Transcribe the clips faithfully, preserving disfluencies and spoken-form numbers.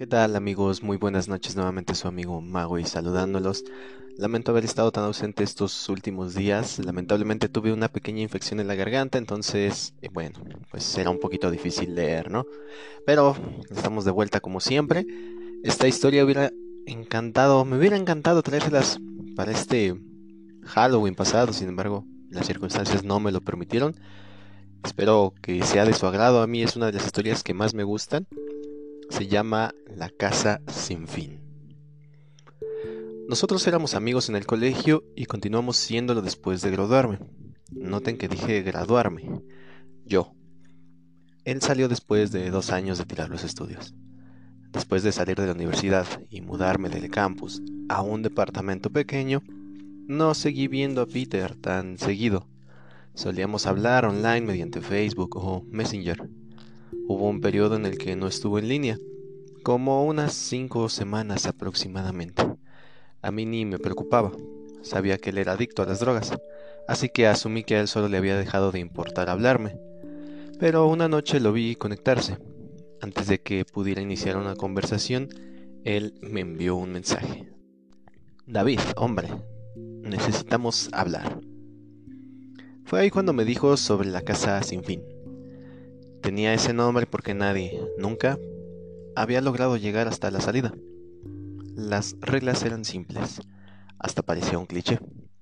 ¿Qué tal amigos? Muy buenas noches, nuevamente su amigo Mago y saludándolos. Lamento haber estado tan ausente estos últimos días. Lamentablemente tuve una pequeña infección en la garganta, entonces, eh, bueno, pues era un poquito difícil leer, ¿no? Pero estamos de vuelta como siempre. Esta historia hubiera encantado, me hubiera encantado traérselas para este Halloween pasado, sin embargo, las circunstancias no me lo permitieron. Espero que sea de su agrado. A mí es una de las historias que más me gustan. Se llama La casa sin fin. Nosotros éramos amigos en el colegio y continuamos siéndolo después de graduarme. Noten que dije graduarme. Yo. Él salió después de dos años de tirar los estudios. Después de salir de la universidad y mudarme del campus a un departamento pequeño, no seguí viendo a Peter tan seguido. Solíamos hablar online mediante Facebook o Messenger. Hubo un periodo en el que no estuvo en línea, como unas cinco semanas aproximadamente. A mí ni me preocupaba. Sabía que él era adicto a las drogas, así que asumí que a él solo le había dejado de importar hablarme. Pero una noche lo vi conectarse. Antes de que pudiera iniciar una conversación, él me envió un mensaje. David, hombre, necesitamos hablar. Fue ahí cuando me dijo sobre la casa sin fin. Tenía ese nombre porque nadie, nunca, había logrado llegar hasta la salida. Las reglas eran simples, hasta parecía un cliché.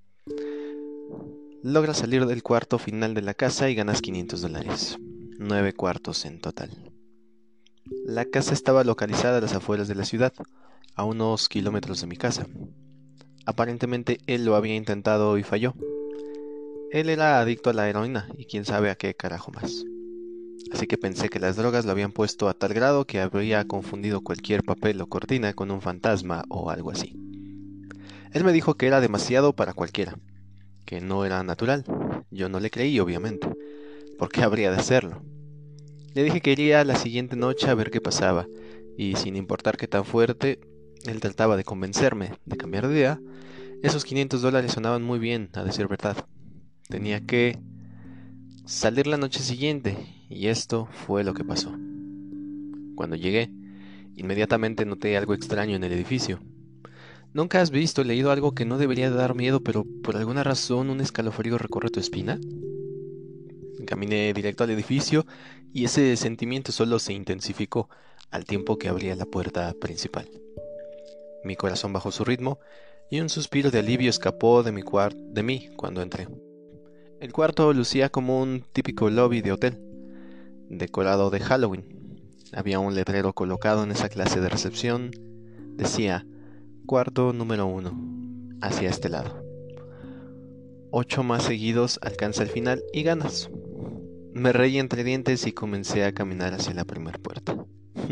Logras salir del cuarto final de la casa y ganas quinientos dólares. Nueve cuartos en total. La casa estaba localizada a las afueras de la ciudad, a unos kilómetros de mi casa. Aparentemente él lo había intentado y falló. Él era adicto a la heroína y quién sabe a qué carajo más. Así que pensé que las drogas lo habían puesto a tal grado que habría confundido cualquier papel o cortina con un fantasma o algo así. Él me dijo que era demasiado para cualquiera, que no era natural. Yo no le creí, obviamente. ¿Por qué habría de hacerlo? Le dije que iría la siguiente noche a ver qué pasaba, y sin importar qué tan fuerte, él trataba de convencerme de cambiar de idea. Esos quinientos dólares sonaban muy bien, a decir verdad. Tenía que salir la noche siguiente, y esto fue lo que pasó. Cuando llegué, inmediatamente noté algo extraño en el edificio. ¿Nunca has visto o leído algo que no debería dar miedo, pero por alguna razón un escalofrío recorre tu espina? Caminé directo al edificio y ese sentimiento solo se intensificó al tiempo que abría la puerta principal. Mi corazón bajó su ritmo y un suspiro de alivio escapó de mi cuar- de mí cuando entré. El cuarto lucía como un típico lobby de hotel, decorado de Halloween. Había un letrero colocado en esa clase de recepción. Decía, cuarto número uno, hacia este lado. Ocho más seguidos alcanza el final y ganas. Me reí entre dientes y comencé a caminar hacia la primera puerta.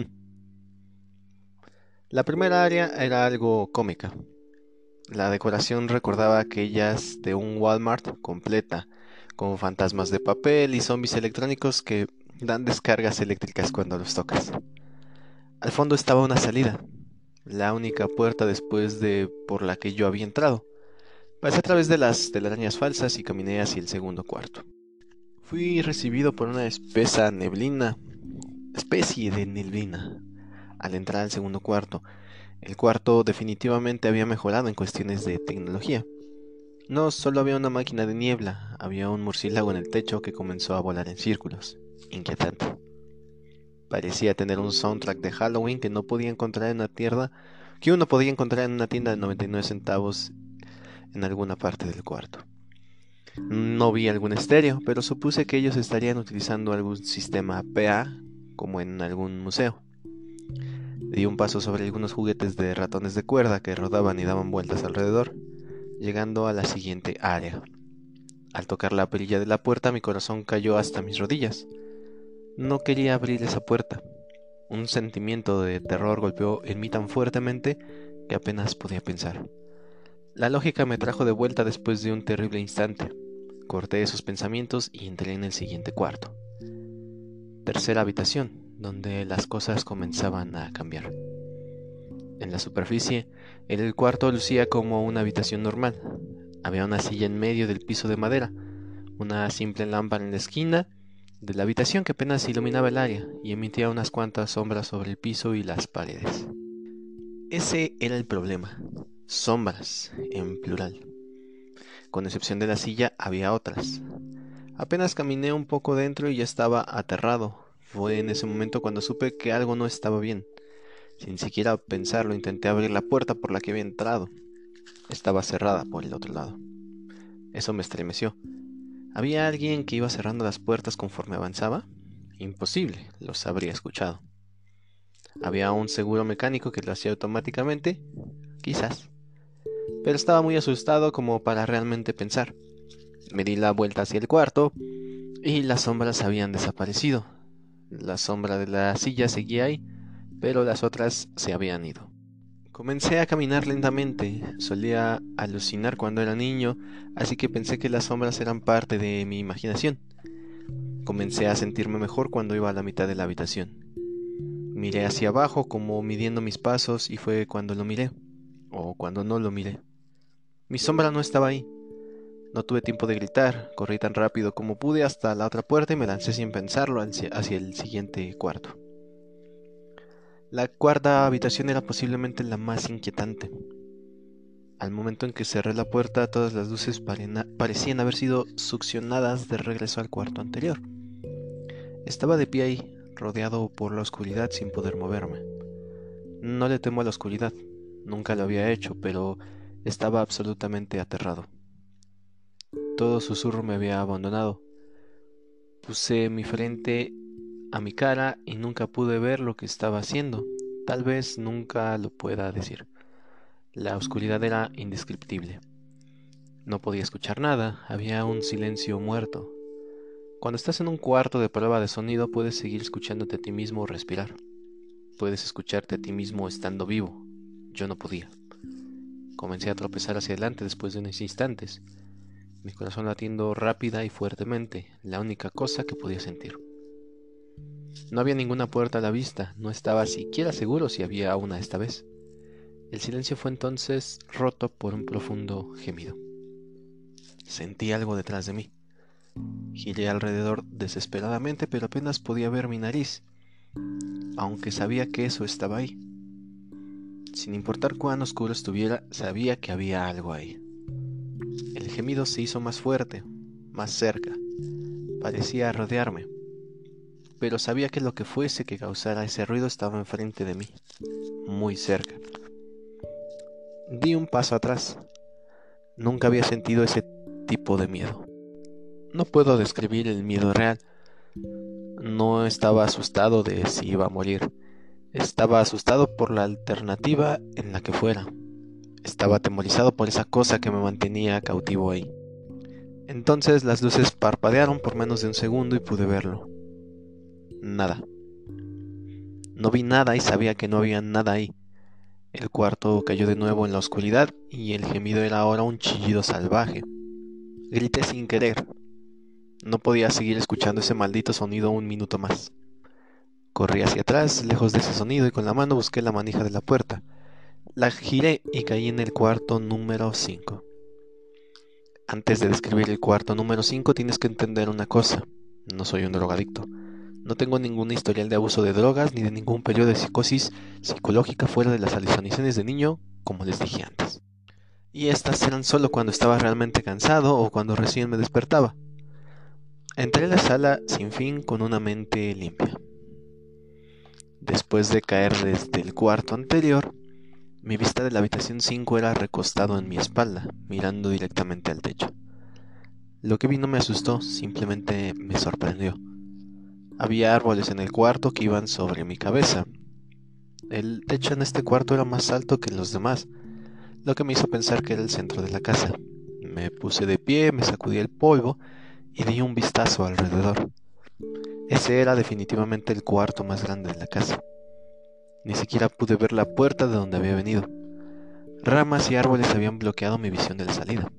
La primera área era algo cómica. La decoración recordaba aquellas de un Walmart completa, con fantasmas de papel y zombies electrónicos que dan descargas eléctricas cuando los tocas. Al fondo estaba una salida, la única puerta después de por la que yo había entrado. Pasé a través de las telarañas falsas y caminé hacia el segundo cuarto. Fui recibido por una espesa neblina, especie de neblina, al entrar al segundo cuarto. El cuarto definitivamente había mejorado en cuestiones de tecnología. No solo había una máquina de niebla, había un murciélago en el techo que comenzó a volar en círculos. Inquietante. Parecía tener un soundtrack de Halloween que no podía encontrar en una tienda, que uno podía encontrar en una tienda de noventa y nueve centavos en alguna parte del cuarto. No vi algún estéreo, pero supuse que ellos estarían utilizando algún sistema P A, como en algún museo. Di un paso sobre algunos juguetes de ratones de cuerda que rodaban y daban vueltas alrededor, llegando a la siguiente área. Al tocar la perilla de la puerta, mi corazón cayó hasta mis rodillas. No quería abrir esa puerta. Un sentimiento de terror golpeó en mí tan fuertemente que apenas podía pensar. La lógica me trajo de vuelta después de un terrible instante. Corté esos pensamientos y entré en el siguiente cuarto. Tercera habitación, donde las cosas comenzaban a cambiar. En la superficie, el cuarto lucía como una habitación normal. Había una silla en medio del piso de madera, una simple lámpara en la esquina de la habitación que apenas iluminaba el área y emitía unas cuantas sombras sobre el piso y las paredes. Ese era el problema, sombras, en plural. Con excepción de la silla, había otras. Apenas caminé un poco dentro y ya estaba aterrado. Fue en ese momento cuando supe que algo no estaba bien. Sin siquiera pensarlo, intenté abrir la puerta por la que había entrado. Estaba cerrada por el otro lado. Eso me estremeció. ¿Había alguien que iba cerrando las puertas conforme avanzaba? Imposible, los habría escuchado. ¿Había un seguro mecánico que lo hacía automáticamente? Quizás. Pero estaba muy asustado como para realmente pensar. Me di la vuelta hacia el cuarto y las sombras habían desaparecido. La sombra de la silla seguía ahí, pero las otras se habían ido. Comencé a caminar lentamente. Solía alucinar cuando era niño, así que pensé que las sombras eran parte de mi imaginación. Comencé a sentirme mejor cuando iba a la mitad de la habitación. Miré hacia abajo como midiendo mis pasos y fue cuando lo miré, o cuando no lo miré. Mi sombra no estaba ahí. No tuve tiempo de gritar, corrí tan rápido como pude hasta la otra puerta y me lancé sin pensarlo hacia, hacia el siguiente cuarto. La cuarta habitación era posiblemente la más inquietante. Al momento en que cerré la puerta, todas las luces parecían haber sido succionadas de regreso al cuarto anterior. Estaba de pie ahí, rodeado por la oscuridad sin poder moverme. No le temo a la oscuridad, nunca lo había hecho, pero estaba absolutamente aterrado. Todo susurro me había abandonado. Puse mi frente a mi cara y nunca pude ver lo que estaba haciendo. Tal vez nunca lo pueda decir. La oscuridad era indescriptible. No podía escuchar nada, había un silencio muerto. Cuando estás en un cuarto de prueba de sonido, puedes seguir escuchándote a ti mismo respirar. Puedes escucharte a ti mismo estando vivo. Yo no podía. Comencé a tropezar hacia adelante después de unos instantes. Mi corazón latiendo rápida y fuertemente, la única cosa que podía sentir. No había ninguna puerta a la vista, no estaba siquiera seguro si había una esta vez. El silencio fue entonces roto por un profundo gemido. Sentí algo detrás de mí. Giré alrededor desesperadamente, pero apenas podía ver mi nariz, aunque sabía que eso estaba ahí. Sin importar cuán oscuro estuviera, sabía que había algo ahí. El gemido se hizo más fuerte, más cerca. Parecía rodearme, pero sabía que lo que fuese que causara ese ruido estaba enfrente de mí, muy cerca. Di un paso atrás. Nunca había sentido ese tipo de miedo. No puedo describir el miedo real. No estaba asustado de si iba a morir. Estaba asustado por la alternativa en la que fuera. Estaba atemorizado por esa cosa que me mantenía cautivo ahí. Entonces las luces parpadearon por menos de un segundo y pude verlo. Nada. No vi nada y sabía que no había nada ahí. El cuarto cayó de nuevo en la oscuridad y el gemido era ahora un chillido salvaje. Grité sin querer. No podía seguir escuchando ese maldito sonido un minuto más. Corrí hacia atrás, lejos de ese sonido, y con la mano busqué la manija de la puerta. La giré y caí en el cuarto número cinco. Antes de describir el cuarto número cinco tienes que entender una cosa. No soy un drogadicto. No tengo ningún historial de abuso de drogas ni de ningún periodo de psicosis psicológica fuera de las alucinaciones de niño, como les dije antes. Y estas eran solo cuando estaba realmente cansado o cuando recién me despertaba. Entré a la sala sin fin con una mente limpia. Después de caer desde el cuarto anterior, mi vista de la habitación cinco era recostado en mi espalda, mirando directamente al techo. Lo que vi no me asustó, simplemente me sorprendió. Había árboles en el cuarto que iban sobre mi cabeza. El techo en este cuarto era más alto que en los demás, lo que me hizo pensar que era el centro de la casa. Me puse de pie, me sacudí el polvo y di un vistazo alrededor. Ese era definitivamente el cuarto más grande de la casa. Ni siquiera pude ver la puerta de donde había venido. Ramas y árboles habían bloqueado mi visión de la salida.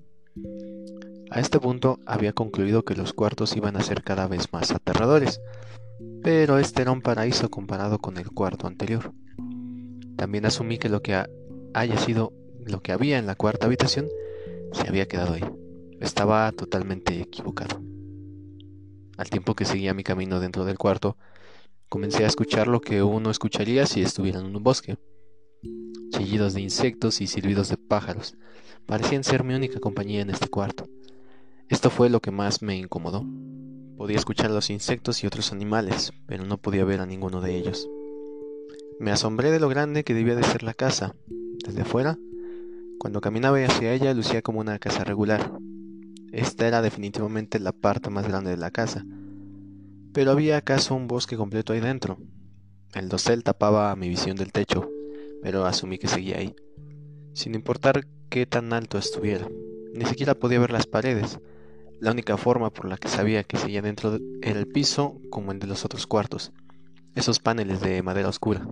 A este punto había concluido que los cuartos iban a ser cada vez más aterradores, pero este era un paraíso comparado con el cuarto anterior. También asumí que lo que haya sido lo que había en la cuarta habitación se había quedado ahí. Estaba totalmente equivocado. Al tiempo que seguía mi camino dentro del cuarto, comencé a escuchar lo que uno escucharía si estuviera en un bosque. Chillidos de insectos y silbidos de pájaros parecían ser mi única compañía en este cuarto. Esto fue lo que más me incomodó. Podía escuchar a los insectos y otros animales, pero no podía ver a ninguno de ellos. Me asombré de lo grande que debía de ser la casa. Desde afuera, cuando caminaba hacia ella, lucía como una casa regular. Esta era definitivamente la parte más grande de la casa. Pero ¿había acaso un bosque completo ahí dentro? El dosel tapaba mi visión del techo, pero asumí que seguía ahí, sin importar qué tan alto estuviera. Ni siquiera podía ver las paredes. La única forma por la que sabía que seguía dentro era el piso, como el de los otros cuartos, esos paneles de madera oscura.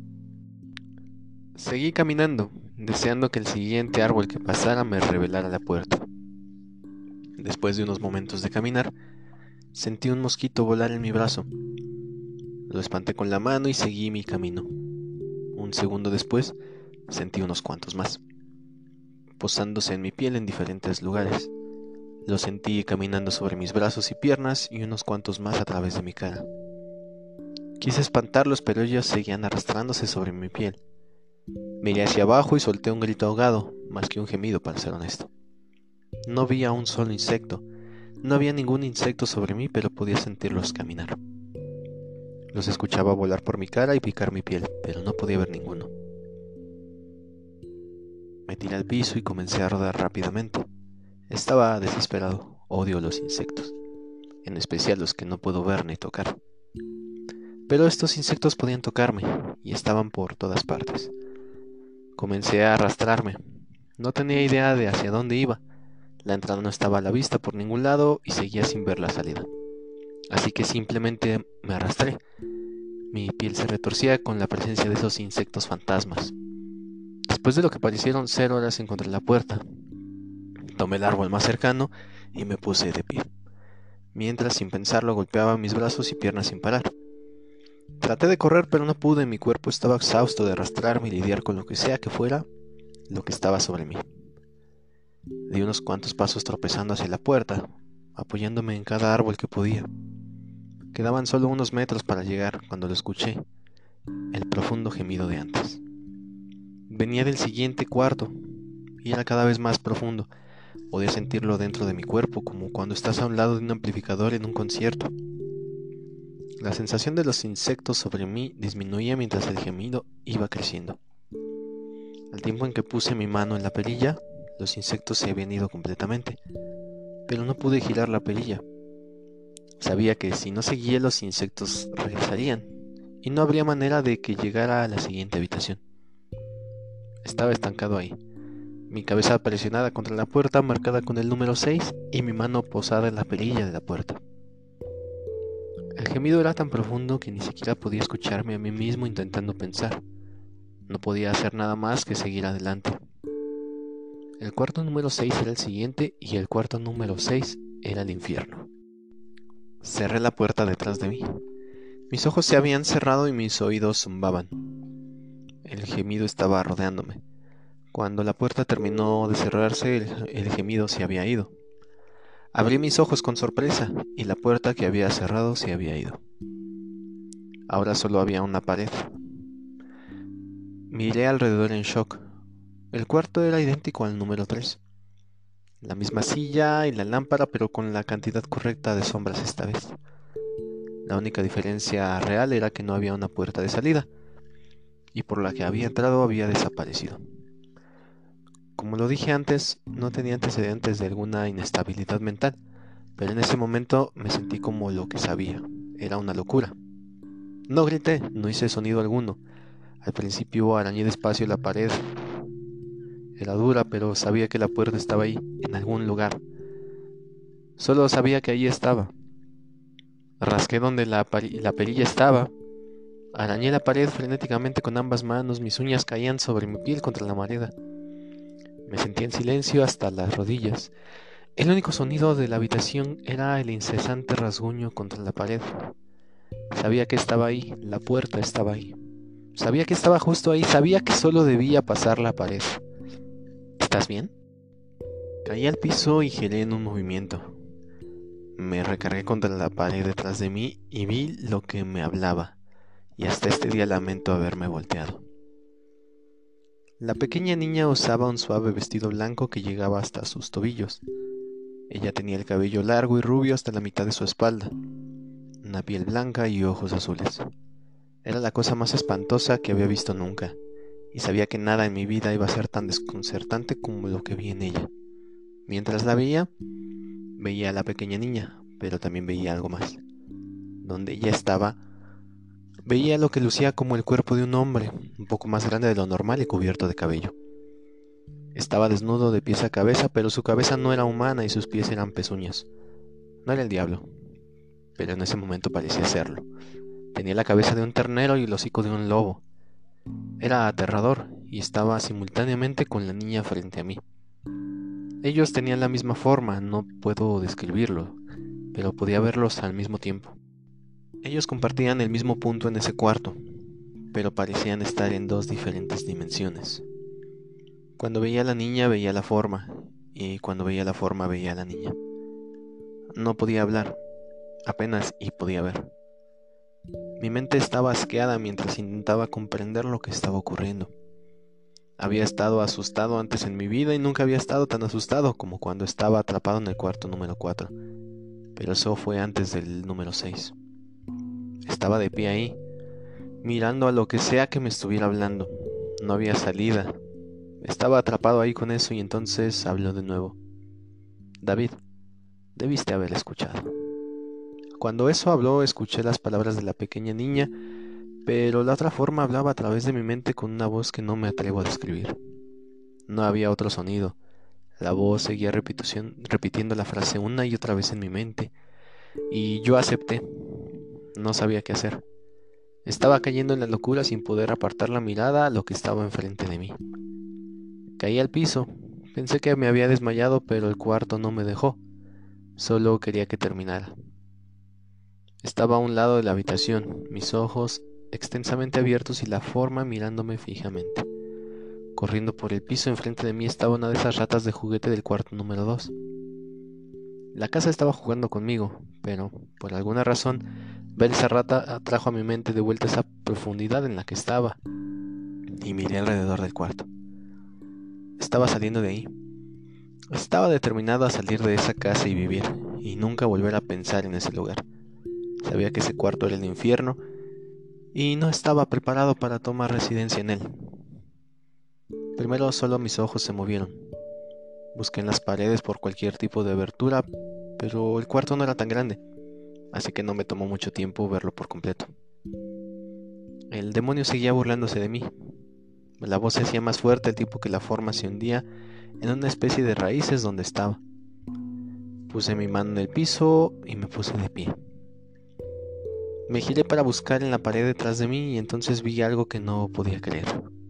Seguí caminando, deseando que el siguiente árbol que pasara me revelara la puerta. Después de unos momentos de caminar, sentí un mosquito volar en mi brazo. Lo espanté con la mano y seguí mi camino. Un segundo después, sentí unos cuantos más, posándose en mi piel en diferentes lugares. Lo sentí caminando sobre mis brazos y piernas y unos cuantos más a través de mi cara. Quise espantarlos, pero ellos seguían arrastrándose sobre mi piel. Miré hacia abajo y solté un grito ahogado, más que un gemido, para ser honesto. No vi a un solo insecto. No había ningún insecto sobre mí, pero podía sentirlos caminar. Los escuchaba volar por mi cara y picar mi piel, pero no podía ver ninguno. Me tiré al piso y comencé a rodar rápidamente. Estaba desesperado. Odio los insectos, en especial los que no puedo ver ni tocar. Pero estos insectos podían tocarme, y estaban por todas partes. Comencé a arrastrarme. No tenía idea de hacia dónde iba. La entrada no estaba a la vista por ningún lado y seguía sin ver la salida. Así que simplemente me arrastré. Mi piel se retorcía con la presencia de esos insectos fantasmas. Después de lo que parecieron ser horas encontré la puerta. Tomé el árbol más cercano y me puse de pie, mientras sin pensarlo golpeaba mis brazos y piernas sin parar. Traté de correr, pero no pude. Mi cuerpo estaba exhausto de arrastrarme y lidiar con lo que sea que fuera lo que estaba sobre mí. Di unos cuantos pasos tropezando hacia la puerta, apoyándome en cada árbol que podía. Quedaban solo unos metros para llegar cuando lo escuché, el profundo gemido de antes. Venía del siguiente cuarto y era cada vez más profundo. Podía sentirlo dentro de mi cuerpo, como cuando estás a un lado de un amplificador en un concierto. La sensación de los insectos sobre mí disminuía mientras el gemido iba creciendo. Al tiempo en que puse mi mano en la perilla, los insectos se habían ido completamente, pero no pude girar la perilla. Sabía que si no seguía, los insectos regresarían, y no habría manera de que llegara a la siguiente habitación. Estaba estancado ahí, mi cabeza presionada contra la puerta marcada con el número seis y mi mano posada en la perilla de la puerta. El gemido era tan profundo que ni siquiera podía escucharme a mí mismo intentando pensar. No podía hacer nada más que seguir adelante. El cuarto número seis era el siguiente y el cuarto número seis era el infierno. Cerré la puerta detrás de mí. Mis ojos se habían cerrado y mis oídos zumbaban. El gemido estaba rodeándome. Cuando la puerta terminó de cerrarse, el, el gemido se había ido. Abrí mis ojos con sorpresa y la puerta que había cerrado se había ido. Ahora solo había una pared. Miré alrededor en shock. El cuarto era idéntico al número tres. La misma silla y la lámpara, pero con la cantidad correcta de sombras esta vez. La única diferencia real era que no había una puerta de salida, y por la que había entrado había desaparecido. Como lo dije antes, no tenía antecedentes de alguna inestabilidad mental, pero en ese momento me sentí como lo que sabía. Era una locura. No grité, no hice sonido alguno. Al principio arañé despacio la pared. Era dura, pero sabía que la puerta estaba ahí, en algún lugar. Solo sabía que allí estaba. Rasqué donde la, la perilla estaba. Arañé la pared frenéticamente con ambas manos. Mis uñas caían sobre mi piel contra la pared. Me sentí en silencio hasta las rodillas. El único sonido de la habitación era el incesante rasguño contra la pared. Sabía que estaba ahí, la puerta estaba ahí. Sabía que estaba justo ahí, sabía que solo debía pasar la pared. ¿Estás bien? Caí al piso y gelé en un movimiento. Me recargué contra la pared detrás de mí y vi lo que me hablaba, y hasta este día lamento haberme volteado. La pequeña niña usaba un suave vestido blanco que llegaba hasta sus tobillos. Ella tenía el cabello largo y rubio hasta la mitad de su espalda, una piel blanca y ojos azules. Era la cosa más espantosa que había visto nunca, y sabía que nada en mi vida iba a ser tan desconcertante como lo que vi en ella. Mientras la veía, veía a la pequeña niña, pero también veía algo más. Donde ella estaba, veía lo que lucía como el cuerpo de un hombre, un poco más grande de lo normal y cubierto de cabello. Estaba desnudo de pies a cabeza, pero su cabeza no era humana y sus pies eran pezuñas. No era el diablo, pero en ese momento parecía serlo. Tenía la cabeza de un ternero y el hocico de un lobo. Era aterrador y estaba simultáneamente con la niña frente a mí. Ellos tenían la misma forma, no puedo describirlo, pero podía verlos al mismo tiempo. Ellos compartían el mismo punto en ese cuarto, pero parecían estar en dos diferentes dimensiones. Cuando veía a la niña veía la forma, y cuando veía la forma veía a la niña. No podía hablar, apenas y podía ver. Mi mente estaba asqueada mientras intentaba comprender lo que estaba ocurriendo. Había estado asustado antes en mi vida y nunca había estado tan asustado como cuando estaba atrapado en el cuarto número cuatro, pero eso fue antes del número seis. Estaba de pie ahí, mirando a lo que sea que me estuviera hablando. No había salida. Estaba atrapado ahí con eso y entonces habló de nuevo. David, debiste haber escuchado. Cuando eso habló, escuché las palabras de la pequeña niña, pero la otra forma hablaba a través de mi mente con una voz que no me atrevo a describir. No había otro sonido. La voz seguía repitiendo la frase una y otra vez en mi mente, y yo acepté. No sabía qué hacer. Estaba cayendo en la locura sin poder apartar la mirada a lo que estaba enfrente de mí. Caí al piso. Pensé que me había desmayado, pero el cuarto no me dejó. Solo quería que terminara. Estaba a un lado de la habitación, mis ojos extensamente abiertos y la forma mirándome fijamente. Corriendo por el piso enfrente de mí estaba una de esas ratas de juguete del cuarto número dos. La casa estaba jugando conmigo, pero, por alguna razón, ver esa rata atrajo a mi mente de vuelta esa profundidad en la que estaba, y miré alrededor del cuarto. Estaba saliendo de ahí. Estaba determinado a salir de esa casa y vivir, y nunca volver a pensar en ese lugar. Sabía que ese cuarto era el infierno, y no estaba preparado para tomar residencia en él. Primero solo mis ojos se movieron. Busqué en las paredes por cualquier tipo de abertura, pero el cuarto no era tan grande, así que no me tomó mucho tiempo verlo por completo. El demonio seguía burlándose de mí. La voz se hacía más fuerte al tiempo que la forma se hundía en una especie de raíces donde estaba. Puse mi mano en el piso y me puse de pie. Me giré para buscar en la pared detrás de mí y entonces vi algo que no podía creer.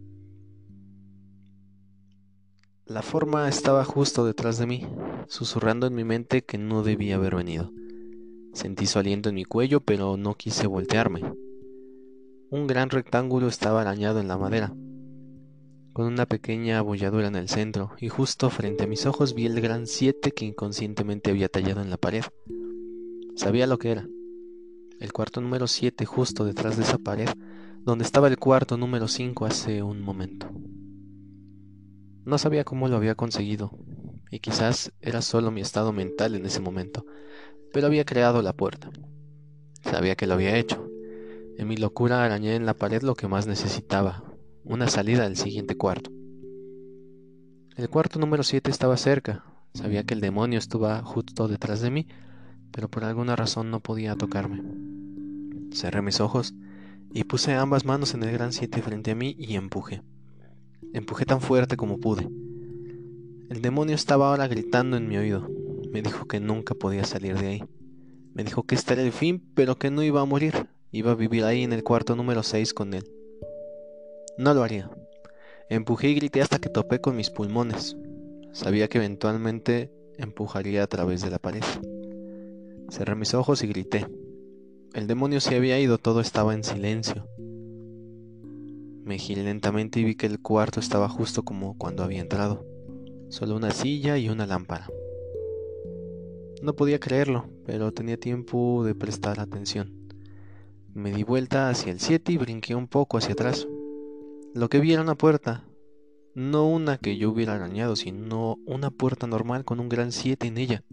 La forma estaba justo detrás de mí, susurrando en mi mente que no debía haber venido. Sentí su aliento en mi cuello, pero no quise voltearme. Un gran rectángulo estaba arañado en la madera, con una pequeña abolladura en el centro, y justo frente a mis ojos vi el gran siete que inconscientemente había tallado en la pared. Sabía lo que era. El cuarto número siete justo detrás de esa pared, donde estaba el cuarto número cinco hace un momento. No sabía cómo lo había conseguido, y quizás era solo mi estado mental en ese momento, pero había creado la puerta. Sabía que lo había hecho. En mi locura arañé en la pared lo que más necesitaba, una salida al siguiente cuarto. El cuarto número siete estaba cerca. Sabía que el demonio estaba justo detrás de mí, pero por alguna razón no podía tocarme. Cerré mis ojos y puse ambas manos en el gran siete frente a mí y empujé. Empujé tan fuerte como pude. El demonio estaba ahora gritando en mi oído. Me dijo que nunca podía salir de ahí. Me dijo que este era el fin, pero que no iba a morir. Iba a vivir ahí en el cuarto número seis con él. No lo haría. Empujé y grité hasta que topé con mis pulmones. Sabía que eventualmente empujaría a través de la pared. Cerré mis ojos y grité. El demonio se había ido, todo estaba en silencio. Me giré lentamente y vi que el cuarto estaba justo como cuando había entrado. Solo una silla y una lámpara. No podía creerlo, pero tenía tiempo de prestar atención. Me di vuelta hacia el siete y brinqué un poco hacia atrás. Lo que vi era una puerta, no una que yo hubiera arañado, sino una puerta normal con un gran siete en ella.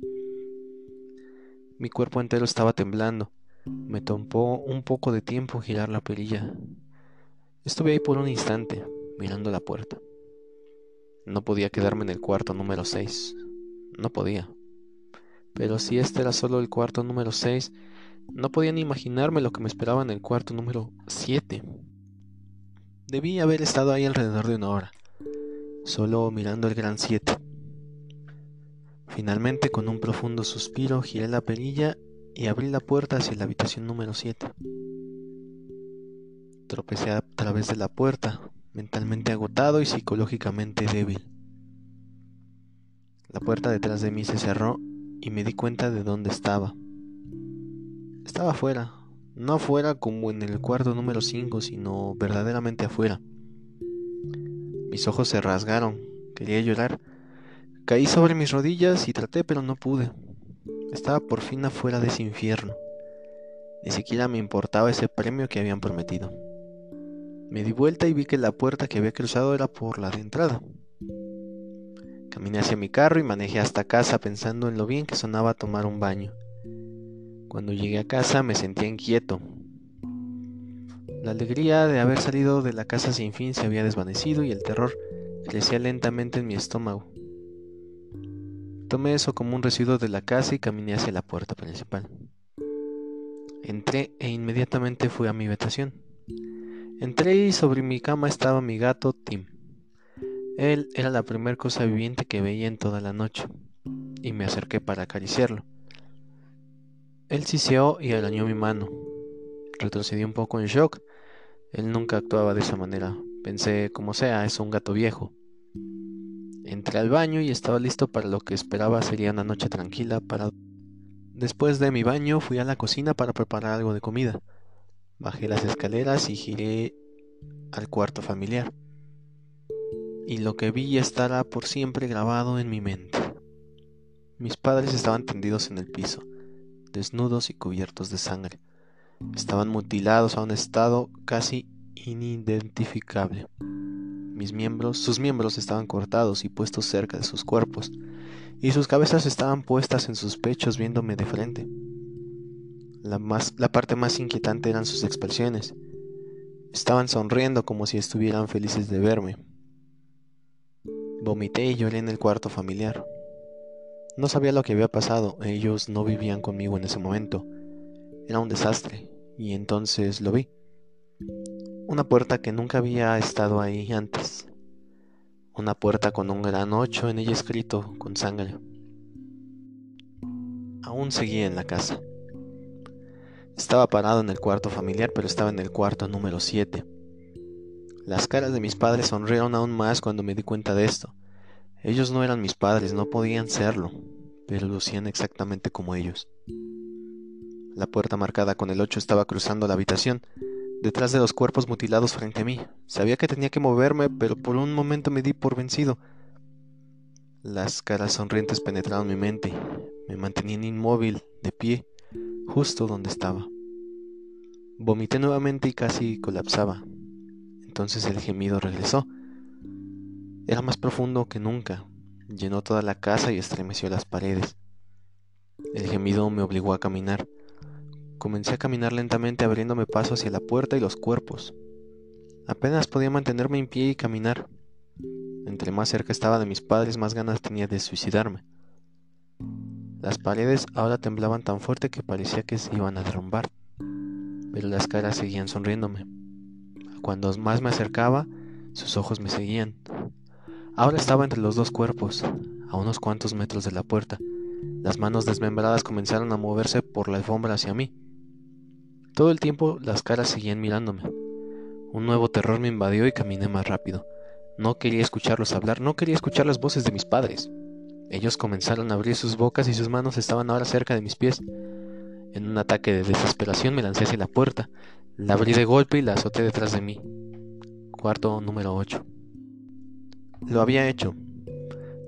Mi cuerpo entero estaba temblando. Me tomó un poco de tiempo girar la perilla. Estuve ahí por un instante, mirando la puerta. No podía quedarme en el cuarto número seis. No podía. Pero si este era solo el cuarto número seis, no podía ni imaginarme lo que me esperaba en el cuarto número siete. Debí haber estado ahí alrededor de una hora, solo mirando el gran siete. Finalmente, con un profundo suspiro, giré la perilla y abrí la puerta hacia la habitación número siete. Tropecé a través de la puerta, mentalmente agotado y psicológicamente débil. La puerta detrás de mí se cerró y me di cuenta de dónde estaba. Estaba afuera, no afuera como en el cuarto número cinco, sino verdaderamente afuera. Mis ojos se rasgaron, quería llorar. Caí sobre mis rodillas y traté, pero no pude. Estaba por fin afuera de ese infierno. Ni siquiera me importaba ese premio que habían prometido. Me di vuelta y vi que la puerta que había cruzado era por la de entrada. Caminé hacia mi carro y manejé hasta casa pensando en lo bien que sonaba tomar un baño. Cuando llegué a casa me sentía inquieto. La alegría de haber salido de la casa sin fin se había desvanecido y el terror crecía lentamente en mi estómago. Tomé eso como un residuo de la casa y caminé hacia la puerta principal. Entré e inmediatamente fui a mi habitación. Entré y sobre mi cama estaba mi gato Tim. Él era la primera cosa viviente que veía en toda la noche, y me acerqué para acariciarlo. Él siseó y arañó mi mano. Retrocedí un poco en shock. Él nunca actuaba de esa manera. Pensé, como sea, es un gato viejo. Entré al baño y estaba listo para lo que esperaba sería una noche tranquila para... Después de mi baño fui a la cocina para preparar algo de comida. Bajé las escaleras y giré al cuarto familiar. Y lo que vi estará por siempre grabado en mi mente. Mis padres estaban tendidos en el piso, desnudos y cubiertos de sangre. Estaban mutilados a un estado casi inidentificable. Mis miembros, sus miembros estaban cortados y puestos cerca de sus cuerpos, y sus cabezas estaban puestas en sus pechos viéndome de frente. La, más, la parte más inquietante eran sus expresiones. Estaban sonriendo como si estuvieran felices de verme. Vomité y lloré en el cuarto familiar. No sabía lo que había pasado, ellos no vivían conmigo en ese momento. Era un desastre, y entonces lo vi. Una puerta que nunca había estado ahí antes. Una puerta con un gran ocho en ella escrito con sangre. Aún seguía en la casa. Estaba parado en el cuarto familiar, pero estaba en el cuarto número siete. Las caras de mis padres sonrieron aún más cuando me di cuenta de esto. Ellos no eran mis padres, no podían serlo, pero lucían exactamente como ellos. La puerta marcada con el ocho estaba cruzando la habitación, detrás de los cuerpos mutilados frente a mí. Sabía que tenía que moverme, pero por un momento me di por vencido. Las caras sonrientes penetraron mi mente. Me mantenían inmóvil, de pie, justo donde estaba. Vomité nuevamente y casi colapsaba. Entonces el gemido regresó. Era más profundo que nunca. Llenó toda la casa y estremeció las paredes. El gemido me obligó a caminar. Comencé a caminar lentamente abriéndome paso hacia la puerta y los cuerpos. Apenas podía mantenerme en pie y caminar. Entre más cerca estaba de mis padres, más ganas tenía de suicidarme. Las paredes ahora temblaban tan fuerte que parecía que se iban a derrumbar, pero las caras seguían sonriéndome. Cuando más me acercaba, sus ojos me seguían. Ahora estaba entre los dos cuerpos, a unos cuantos metros de la puerta. Las manos desmembradas comenzaron a moverse por la alfombra hacia mí. Todo el tiempo las caras seguían mirándome. Un nuevo terror me invadió y caminé más rápido. No quería escucharlos hablar, no quería escuchar las voces de mis padres. Ellos comenzaron a abrir sus bocas y sus manos estaban ahora cerca de mis pies. En un ataque de desesperación me lancé hacia la puerta. La abrí de golpe y la azoté detrás de mí. Cuarto número ocho. Lo había hecho.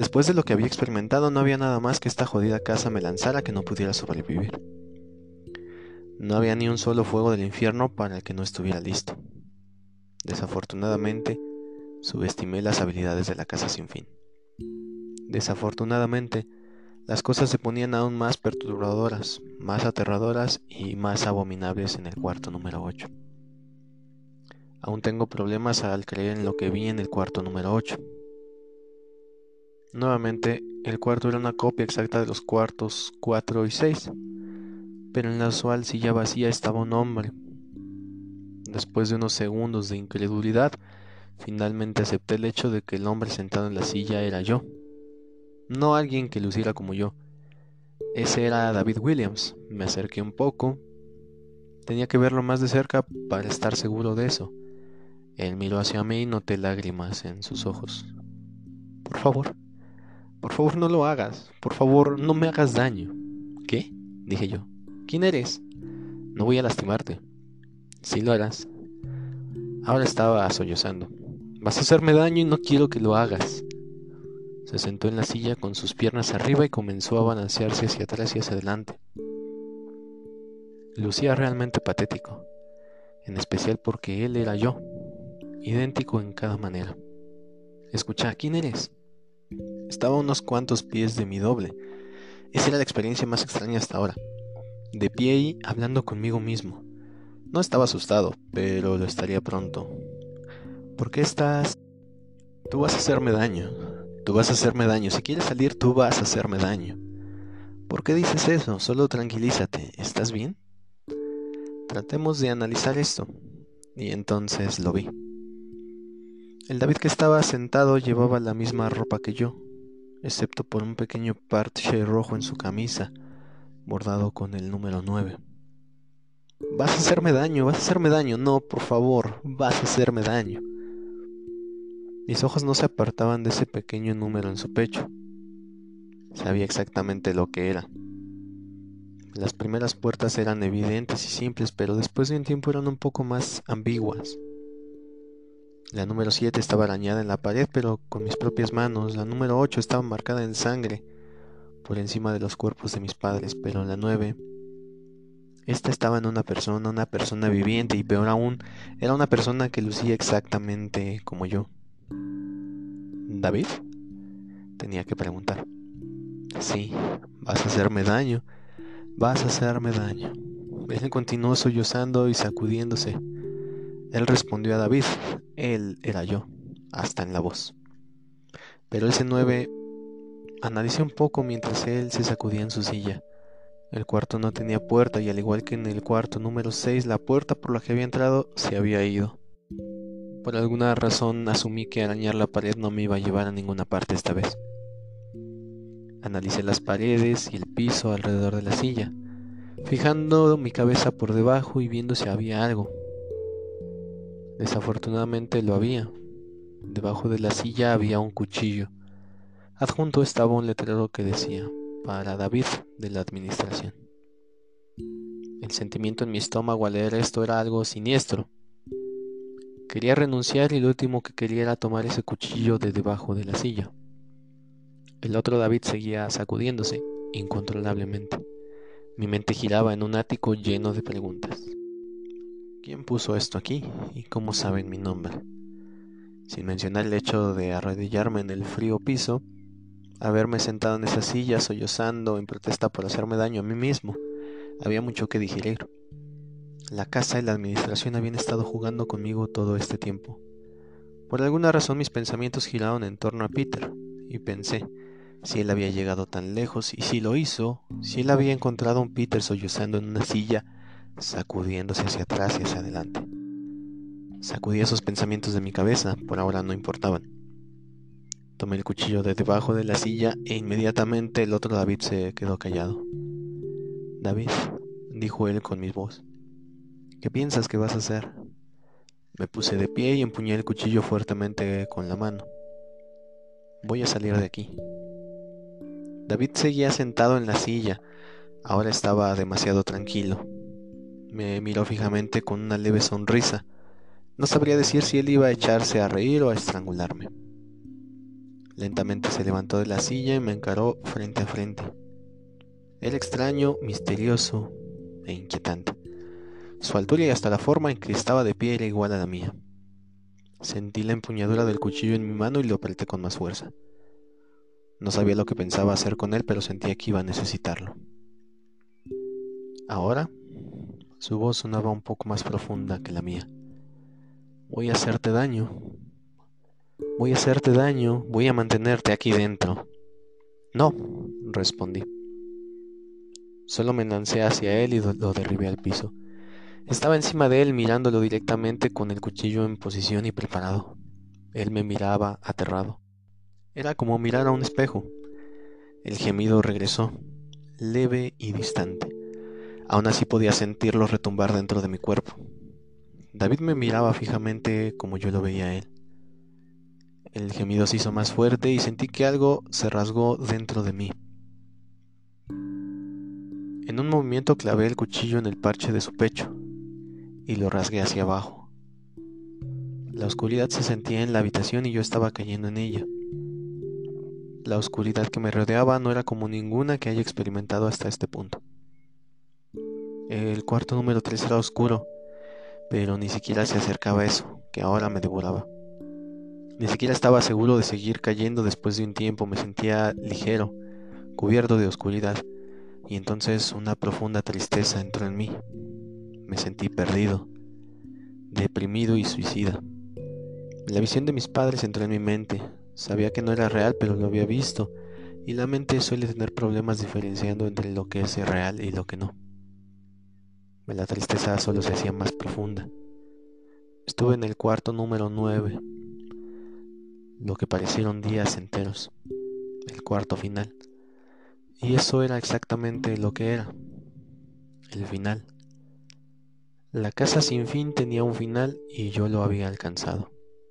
Después de lo que había experimentado, no había nada más que esta jodida casa me lanzara que no pudiera sobrevivir. No había ni un solo fuego del infierno para el que no estuviera listo. Desafortunadamente, subestimé las habilidades de la casa sin fin. Desafortunadamente, las cosas se ponían aún más perturbadoras, más aterradoras y más abominables en el cuarto número ocho. Aún tengo problemas al creer en lo que vi en el cuarto número ocho. Nuevamente, el cuarto era una copia exacta de los cuartos cuatro y seis, pero en la usual silla vacía estaba un hombre. Después de unos segundos de incredulidad, finalmente acepté el hecho de que el hombre sentado en la silla era yo. No alguien que luciera como yo. Ese era David Williams. Me acerqué un poco. Tenía que verlo más de cerca para estar seguro de eso. Él miró hacia mí y noté lágrimas en sus ojos. Por favor, por favor no lo hagas. Por favor, no me hagas daño. ¿Qué? Dije yo. ¿Quién eres? No voy a lastimarte. Sí lo harás. Ahora estaba sollozando. Vas a hacerme daño y no quiero que lo hagas. Se sentó en la silla con sus piernas arriba y comenzó a balancearse hacia atrás y hacia adelante. Lucía realmente patético, en especial porque él era yo, idéntico en cada manera. Escucha, ¿quién eres? Estaba a unos cuantos pies de mi doble. Esa era la experiencia más extraña hasta ahora. De pie y hablando conmigo mismo. No estaba asustado, pero lo estaría pronto. ¿Por qué estás? Tú vas a hacerme daño. Tú vas a hacerme daño. Si quieres salir, tú vas a hacerme daño. ¿Por qué dices eso? Solo tranquilízate. ¿Estás bien? Tratemos de analizar esto. Y entonces lo vi. El David que estaba sentado llevaba la misma ropa que yo, excepto por un pequeño parche rojo en su camisa, bordado con el número nueve. Vas a hacerme daño, vas a hacerme daño. No, por favor, vas a hacerme daño. Mis ojos no se apartaban de ese pequeño número en su pecho. Sabía exactamente lo que era. Las primeras puertas eran evidentes y simples, pero después de un tiempo eran un poco más ambiguas. La número siete estaba arañada en la pared, pero con mis propias manos. La número ocho estaba marcada en sangre por encima de los cuerpos de mis padres, pero la nueve, esta estaba en una persona, una persona viviente, y peor aún, era una persona que lucía exactamente como yo. ¿David? Tenía que preguntar. Sí, vas a hacerme daño, vas a hacerme daño. Él continuó sollozando y sacudiéndose. Él respondió a David, él era yo, hasta en la voz. Pero ese nueve, analicé un poco mientras él se sacudía en su silla. El cuarto no tenía puerta y al igual que en el cuarto número seis, la puerta por la que había entrado se había ido. Por alguna razón asumí que arañar la pared no me iba a llevar a ninguna parte esta vez. Analicé las paredes y el piso alrededor de la silla, fijando mi cabeza por debajo y viendo si había algo. Desafortunadamente lo había. Debajo de la silla había un cuchillo. Adjunto estaba un letrero que decía, para David de la administración. El sentimiento en mi estómago al leer esto era algo siniestro. Quería renunciar y lo último que quería era tomar ese cuchillo de debajo de la silla. El otro David seguía sacudiéndose incontrolablemente. Mi mente giraba en un ático lleno de preguntas. ¿Quién puso esto aquí? ¿Y cómo saben mi nombre? Sin mencionar el hecho de arrodillarme en el frío piso, haberme sentado en esa silla sollozando en protesta por hacerme daño a mí mismo. Había mucho que digerir. La casa y la administración habían estado jugando conmigo todo este tiempo. Por alguna razón mis pensamientos giraron en torno a Peter, y pensé, si él había llegado tan lejos, y si lo hizo, si él había encontrado a un Peter sollozando en una silla, sacudiéndose hacia atrás y hacia adelante. Sacudí esos pensamientos de mi cabeza, por ahora no importaban. Tomé el cuchillo de debajo de la silla e inmediatamente el otro David se quedó callado. David, dijo él con mi voz, ¿qué piensas que vas a hacer? Me puse de pie y empuñé el cuchillo fuertemente con la mano. Voy a salir de aquí. David seguía sentado en la silla, ahora estaba demasiado tranquilo. Me miró fijamente con una leve sonrisa. No sabría decir si él iba a echarse a reír o a estrangularme. Lentamente se levantó de la silla y me encaró frente a frente. Era extraño, misterioso e inquietante. Su altura y hasta la forma en que estaba de pie era igual a la mía. Sentí la empuñadura del cuchillo en mi mano y lo apreté con más fuerza. No sabía lo que pensaba hacer con él, pero sentía que iba a necesitarlo. Ahora, su voz sonaba un poco más profunda que la mía. Voy a hacerte daño. Voy a hacerte daño. Voy a mantenerte aquí dentro. No, respondí. Solo me lancé hacia él y lo derribé al piso. Estaba encima de él mirándolo directamente con el cuchillo en posición y preparado. Él me miraba aterrado. Era como mirar a un espejo. El gemido regresó, leve y distante. Aún así podía sentirlo retumbar dentro de mi cuerpo. David me miraba fijamente como yo lo veía a él. El gemido se hizo más fuerte y sentí que algo se rasgó dentro de mí. En un movimiento clavé el cuchillo en el parche de su pecho y lo rasgué hacia abajo. La oscuridad se sentía en la habitación y yo estaba cayendo en ella. La oscuridad que me rodeaba no era como ninguna que haya experimentado hasta este punto. El cuarto número tres era oscuro, pero ni siquiera se acercaba a eso, que ahora me devoraba. Ni siquiera estaba seguro de seguir cayendo después de un tiempo. Me sentía ligero, cubierto de oscuridad, y entonces una profunda tristeza entró en mí. Me sentí perdido, deprimido y suicida. La visión de mis padres entró en mi mente. Sabía que no era real, pero lo había visto, y la mente suele tener problemas diferenciando entre lo que es real y lo que no. La tristeza solo se hacía más profunda. Estuve en el cuarto número nueve, lo que parecieron días enteros, el cuarto final. Y eso era exactamente lo que era, el final. La casa sin fin tenía un final y yo lo había alcanzado.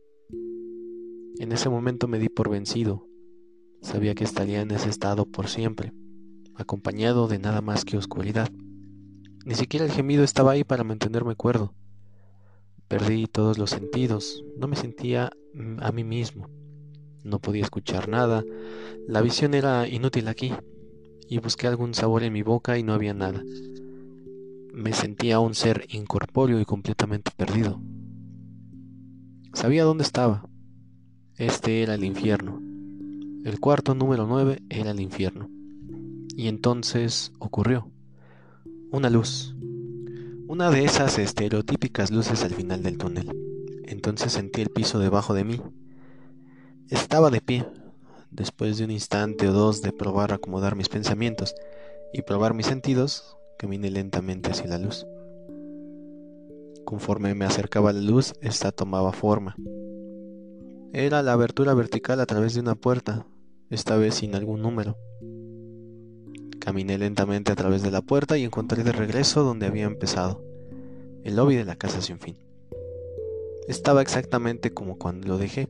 En ese momento me di por vencido. Sabía que estaría en ese estado por siempre, acompañado de nada más que oscuridad. Ni siquiera el gemido estaba ahí para mantenerme cuerdo. Perdí todos los sentidos, no me sentía a mí mismo. No podía escuchar nada, la visión era inútil aquí, y busqué algún sabor en mi boca y no había nada. Me sentía un ser incorpóreo y completamente perdido. Sabía dónde estaba. Este era el infierno. El cuarto número nueve era el infierno. Y entonces ocurrió. Una luz. Una de esas estereotípicas luces al final del túnel. Entonces sentí el piso debajo de mí. Estaba de pie. Después de un instante o dos de probar acomodar mis pensamientos y probar mis sentidos, caminé lentamente hacia la luz. Conforme me acercaba a la luz, esta tomaba forma. Era la abertura vertical a través de una puerta, esta vez sin algún número. Caminé lentamente a través de la puerta y encontré de regreso donde había empezado, el lobby de la casa sin fin. Estaba exactamente como cuando lo dejé.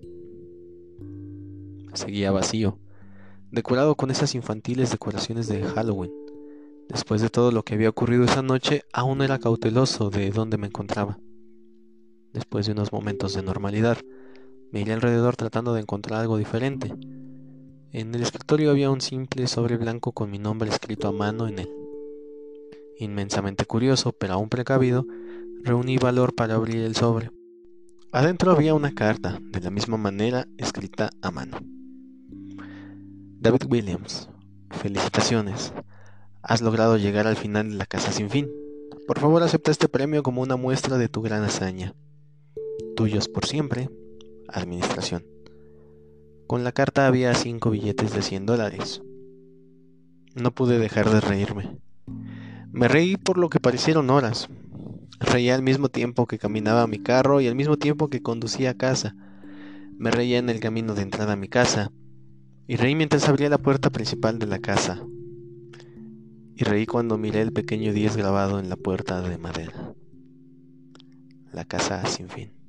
Seguía vacío, decorado con esas infantiles decoraciones de Halloween. Después de todo lo que había ocurrido esa noche, aún era cauteloso de dónde me encontraba. Después de unos momentos de normalidad, me miré alrededor tratando de encontrar algo diferente. En el escritorio había un simple sobre blanco con mi nombre escrito a mano en él. Inmensamente curioso, pero aún precavido, reuní valor para abrir el sobre. Adentro había una carta, de la misma manera, escrita a mano. David Williams, felicitaciones. Has logrado llegar al final de la casa sin fin. Por favor, acepta este premio como una muestra de tu gran hazaña. Tuyos por siempre, Administración. Con la carta había cinco billetes de cien dólares. No pude dejar de reírme. Me reí por lo que parecieron horas. Reía al mismo tiempo que caminaba a mi carro y al mismo tiempo que conducía a casa. Me reía en el camino de entrada a mi casa. Y reí mientras abría la puerta principal de la casa. Y reí cuando miré el pequeño diez grabado en la puerta de madera. La casa sin fin.